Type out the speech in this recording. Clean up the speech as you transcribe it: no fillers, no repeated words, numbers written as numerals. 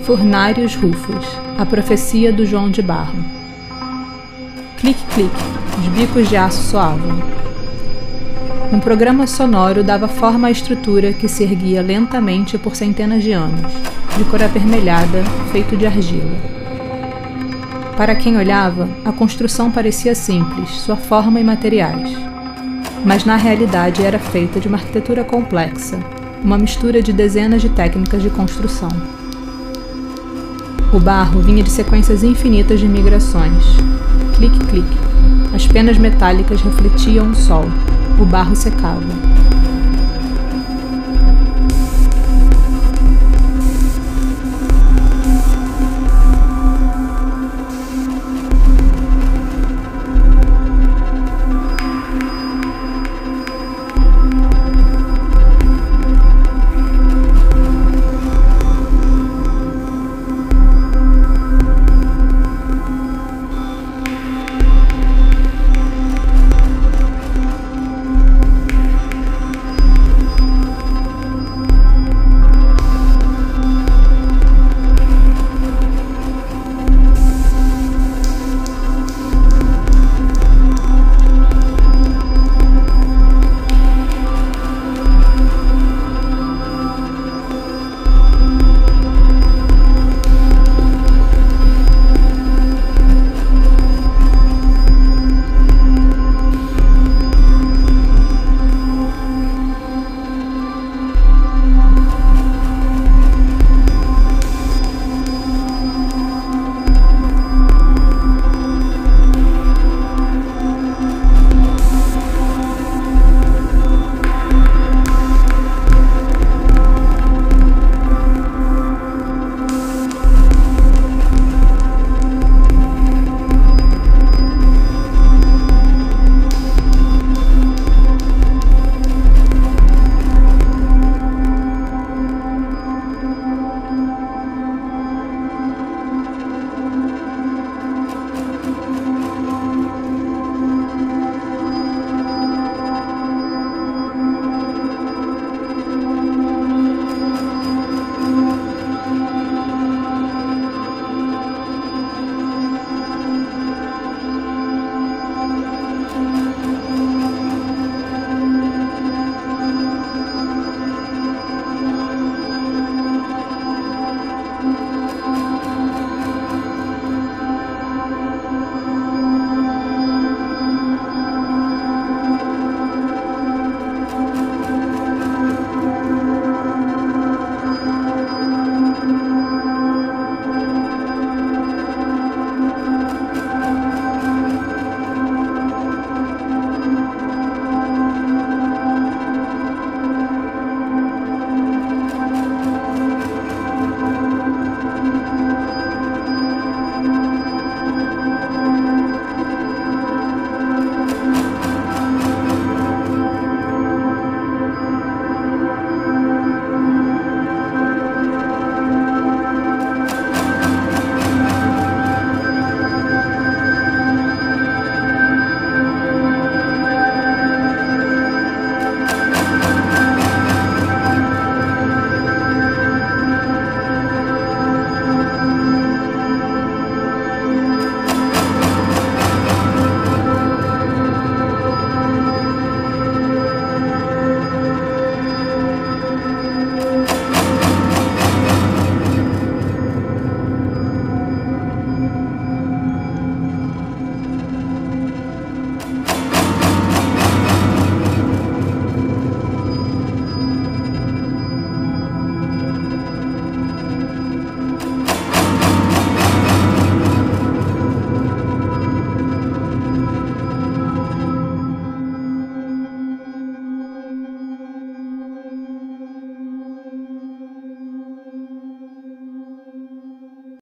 Furnarius Rufus, a profecia do João de Barro. Clique-clique, os bicos de aço soavam. Um programa sonoro dava forma à estrutura que se erguia lentamente por centenas de anos, de cor avermelhada, feito de argila. Para quem olhava, a construção parecia simples, sua forma e materiais. Mas na realidade era feita de uma arquitetura complexa, uma mistura de dezenas de técnicas de construção. O barro vinha de sequências infinitas de migrações. Clique-clique. As penas metálicas refletiam o sol. O barro secava.